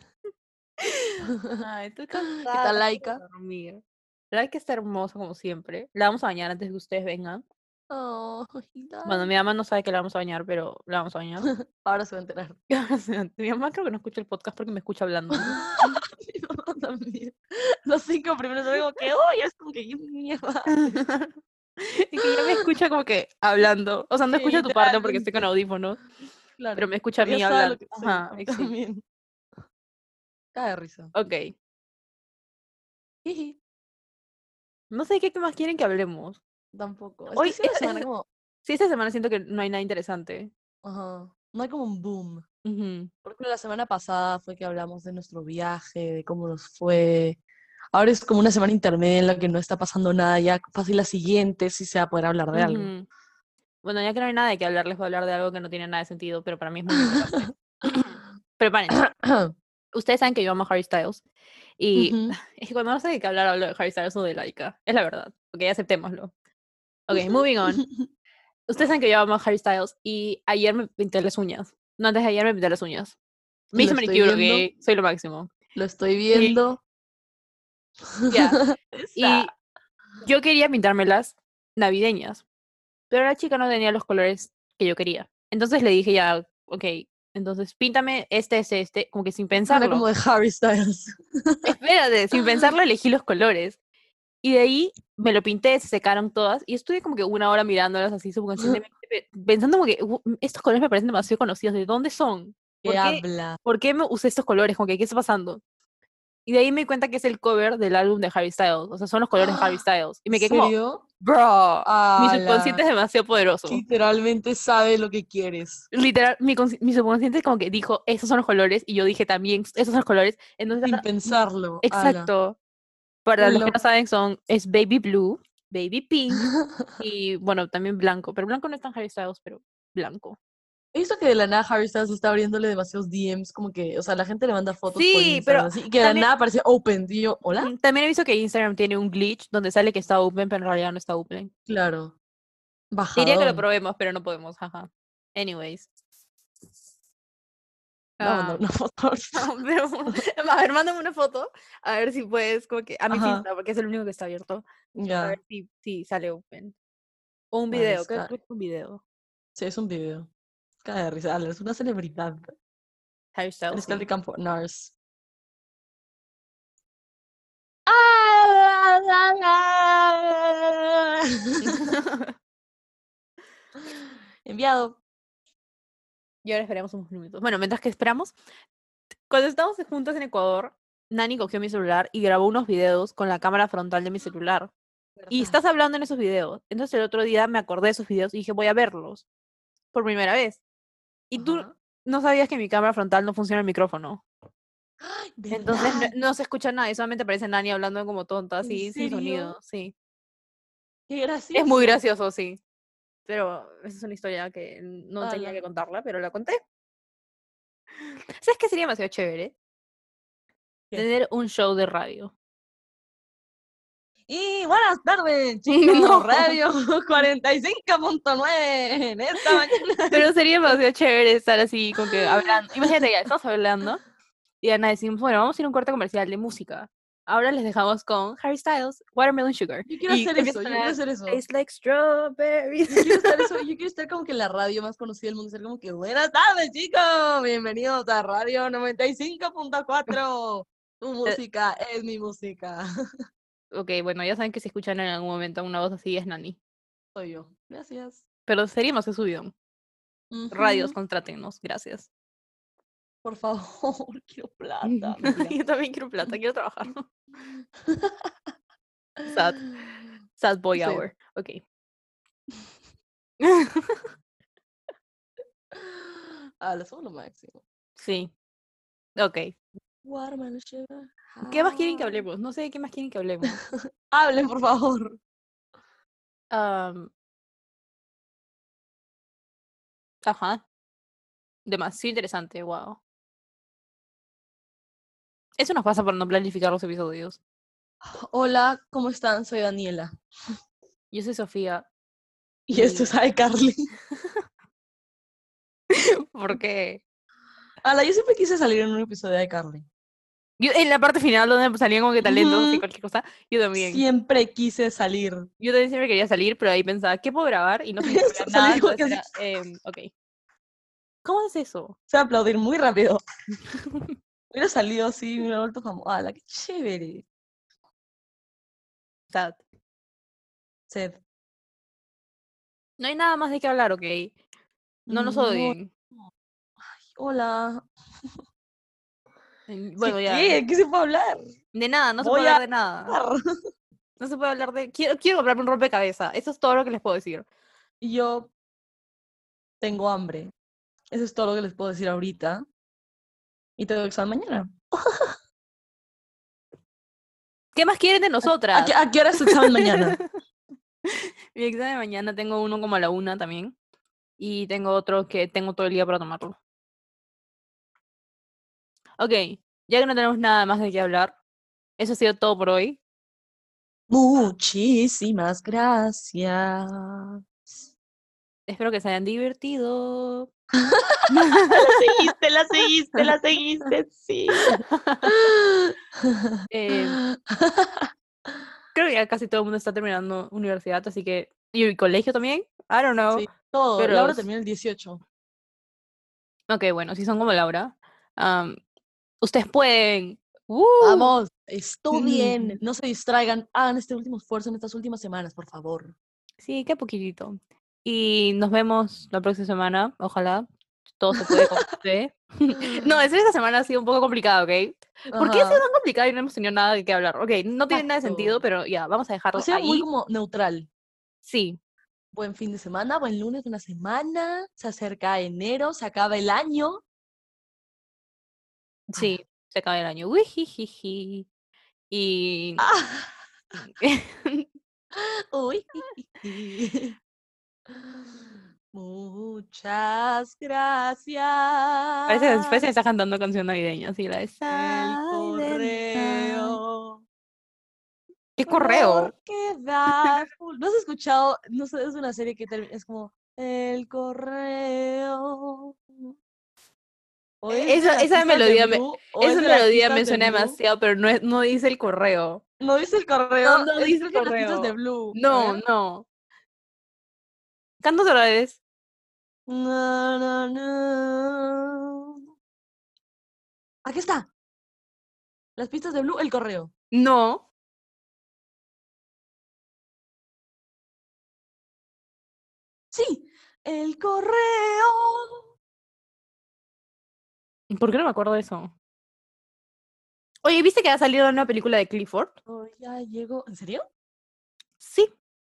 Ay, estoy ¿Qué cansada, tal, quiero Laika? dormir. La verdad que está hermoso como siempre. La vamos a bañar antes de que ustedes vengan. Oh, Bueno, mi Laika. mamá no sabe que la vamos a bañar, pero la vamos a bañar. Ahora se va a enterar. Mi mamá creo que no escucha el podcast porque me escucha hablando. Mi mamá también. Los 5 primeros son como que, uy, es como que, ¿qué mierda haces? Y que ya me escucha como que hablando. O sea, no Sí, escucha tu parte porque estoy con literalmente. audífonos, pero Claro, me escucha a pero ya mí sabe lo hablando. que te Ajá, dijo sí. también. Cae de risa. Ok. Jiji, No sé qué más quieren que hablemos. tampoco. Es que Hoy, sí, una semana como, sí, esta semana siento que no hay nada interesante. ajá, no hay como un boom. Ujú, Porque la semana pasada fue que hablamos de nuestro viaje, de cómo nos fue. Ahora es como una semana intermedia en la que no está pasando nada. Ya fácil la siguiente sí se va a poder hablar de algo. ujú. Bueno, ya que no hay nada de qué hablar, les voy a hablar de algo que no tiene nada de sentido, pero para mí es muy importante. Prepárense. Ustedes saben que yo amo a Harry Styles. Y Ujú. es que cuando no sé de qué hablar, hablo de Harry Styles o de Laika. Es la verdad. Ok, aceptémoslo. Ok, moving on. Ustedes saben que yo amo a Harry Styles y ayer me pinté las uñas. No, antes de ayer me pinté las uñas. Me Lo hice estoy manicure, viendo, ok. Soy lo máximo. lo estoy Y viendo. ya. Esa. Y yo quería pintármelas navideñas, pero la chica no tenía los colores que yo quería. Entonces le dije ya, ok, entonces píntame este, como que sin Suena como pensarlo. de Harry Styles. Espérate, sin pensarlo elegí los colores. Y de ahí me lo pinté, se secaron todas y estuve como que una hora mirándolas así subconscientemente, pensando como que estos colores me parecen demasiado conocidos, ¿de dónde son? ¿Qué habla? ¿Por qué me usé estos colores? Como que, ¿qué está pasando? Y de ahí me di cuenta que es el cover del álbum de Harry Styles, o sea, son los colores de Harry ¡Ah! Styles. Y ¿En me quedé como, serio? Bro, mi subconsciente Ala, es demasiado poderoso. literalmente sabe lo que quieres. Literal, mi subconsciente como que dijo, esos son los colores, y yo dije también, esos son los colores. Entonces, Sin pensarlo. Ala. exacto. Para Uy, los que no. no saben, es baby blue, baby pink, y bueno, también blanco. Pero blanco no es tan Harry Styles, pero blanco. He visto que de la nada Harry Styles está abriéndole demasiados DMs, como que, o sea, la gente le manda fotos por Sí, pero Instagram, así, y que de la también, nada aparece open. Y yo, ¿hola? también he visto que Instagram tiene un glitch donde sale que está open, pero en realidad no está open. Claro, Diría que lo bajadón. probemos, pero no podemos, jaja. Anyways. No, mandar ah, una foto. pero, a ver, mándame una foto, a ver si puedes, como que, a mí sí, Ajá, porque es el único que está abierto. A ver ya. si sale open. O un Dale, video, Sky. creo que es un video. Sí, es un video. Cae de risa. Ala, es una celebridad. Harry Styles, Mariscal de sí. campo, Nars. Enviado. Y ahora esperamos unos minutos. Bueno, mientras que esperamos, cuando estábamos juntas en Ecuador, Nani cogió mi celular y grabó unos videos con la cámara frontal de mi celular. Y ¿Verdad? estás hablando en esos videos. Entonces el otro día me acordé de esos videos y dije, voy a verlos por primera vez. Y tú Ajá. no sabías que mi cámara frontal no funciona el micrófono. ¡Ay, Entonces verdad! no se escucha nada y solamente aparece Nani hablando como tonta, ¿En así, sin serio? sonido. Sí. ¡Qué Es muy gracioso! gracioso, sí. Pero esa es una historia que no tenía que Ala. contarla, pero la conté. ¿Sabes qué sería demasiado chévere? ¿Qué? Tener un show de radio. Y buenas tardes, chicos. No, Radio 45.9 en esta mañana. pero sería demasiado chévere estar así, con que hablando. Imagínate, ya estamos hablando y Ana decimos, bueno, vamos a ir a un corte comercial de música. Ahora les dejamos con Harry Styles, Watermelon Sugar. Yo quiero Y hacer empieza eso, a yo quiero sonar hacer eso. Tastes like strawberries. Yo quiero estar eso, yo quiero estar como que en la radio más conocida del mundo, ser como que buenas tardes, chicos, bienvenidos a Radio 95.4. Tu música es mi música. Ok, bueno, ya saben que si escuchan en algún momento una voz así es Nani. Soy yo. Gracias. Pero sería más subido. Radios, Ujú. contrátennos, gracias. Por favor, quiero plata. Mentira. Yo también quiero plata, quiero trabajar. Sad. Sad boy Sí. hour. Ok. Ah, somos lo máximo. Sí. Ok. Watermelon sugar ¿Qué más quieren que high. hablemos? No sé de qué más quieren que hablemos. Hablen, por favor. Am, ajá. Demasiado interesante, wow. Eso nos pasa por no planificar los episodios. Hola, ¿cómo están? Soy Daniela. Yo soy Sofía Y esto es y... iCarly. ¿Por qué? Ala, yo siempre quise salir en un episodio de iCarly. Yo, en la parte final donde salían como que talentos y Ujú. cualquier cosa, yo también. Siempre quise salir. Yo también siempre quería salir, pero ahí pensaba, ¿qué puedo grabar? Y no se me ocurría nada, Salir como que entonces así. era, ok. ¿Cómo es eso? Se va a aplaudir muy rápido. Hubiera salido así, me hubiera vuelto famosa. ¡Hala, qué chévere! Sad. Sed. No hay nada más de qué hablar, ok. No nos No. odien. Hola. Bueno, ¿Sí ya. qué? ¿Qué se puede hablar? De nada, no se Voy puede a hablar de nada. hablar. No se puede hablar de. Quiero comprarme un rompecabezas. Eso es todo lo que les puedo decir. Y yo tengo hambre. Eso es todo lo que les puedo decir ahorita. Y tengo examen mañana. ¿Qué más quieren de nosotras? ¿A qué hora es su examen mañana? Mi examen de mañana tengo uno como a la 1 también. Y tengo otro que tengo todo el día para tomarlo. Ok, ya que no tenemos nada más de qué hablar, eso ha sido todo por hoy. Muchísimas gracias. Espero que se hayan divertido. La seguiste, la seguiste, sí. Eh, creo que ya casi todo el mundo está terminando universidad, así que. Y el colegio también. I don't know. Sí, todo. Pero. Laura termina el 18. Ok, bueno, si son como Laura. am, ustedes pueden. Vamos, estudien, no se distraigan, hagan este último esfuerzo en estas últimas semanas, por favor. Sí, qué poquitito. Y nos vemos la próxima semana. Ojalá todo se puede con usted. No, en serio, esta semana ha sido un poco complicada, ¿ok? ¿Por qué ha sido Ajá, tan complicada y no hemos tenido nada de qué hablar? Ok, no tiene nada de sentido, exacto. pero ya, vamos a Ha dejarlo sido muy ahí. como neutral. Sí, Buen fin de semana, buen lunes, una semana. Se acerca enero, se acaba el año. sí, ¡Hala! se acaba el año. Uijijiji. Y... ¡Ah! Uy. Muchas parece que gracias. está cantando canción navideña, así la de El Silent Night. correo. ¿Qué correo? Porque da ¿No has escuchado? No sé, es una serie que es como el correo. O es de las Esa pistas de melodía Blue, o es esa de las melodía me pistas de suena Blue. demasiado, pero no dice el correo. No dice el No, correo, no es dice el de las pistas de correo. Blue. A No, ver. no. Canta otra vez. Na, na, na. Aquí está. Las pistas de Blue, el correo. No. Sí, el correo. ¿Por qué no me acuerdo de eso? Oye, ¿viste que ha salido una película de Clifford? Oh, ya llegó. ¿En serio? Sí,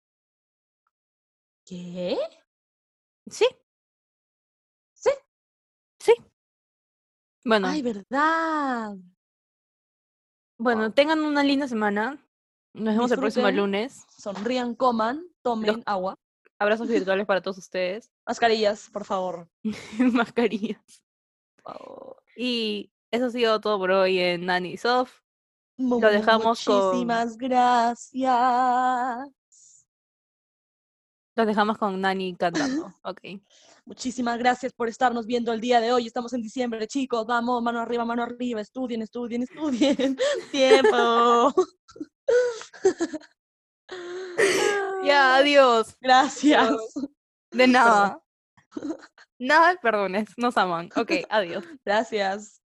¿Qué? sí, Sí. sí. Bueno, Ay, ¿verdad? bueno, Wow. tengan una linda semana. Nos vemos el próximo Disfruten, lunes. sonrían, coman, Los tomen agua. abrazos virtuales para todos ustedes. Mascarillas, por favor. Mascarillas. Por favor. Y eso ha sido todo por hoy en Nanny Soft. Lo dejamos con, Muchísimas gracias. los dejamos con Nani cantando. Ok. Muchísimas gracias por estarnos viendo el día de hoy. Estamos en diciembre, chicos. Vamos, mano arriba, mano arriba. Estudien, estudien, estudien. Tiempo. Ya, adiós. Gracias. Adiós. De Perdón. nada. Nada de perdones. Nos aman. Ok, adiós. Gracias.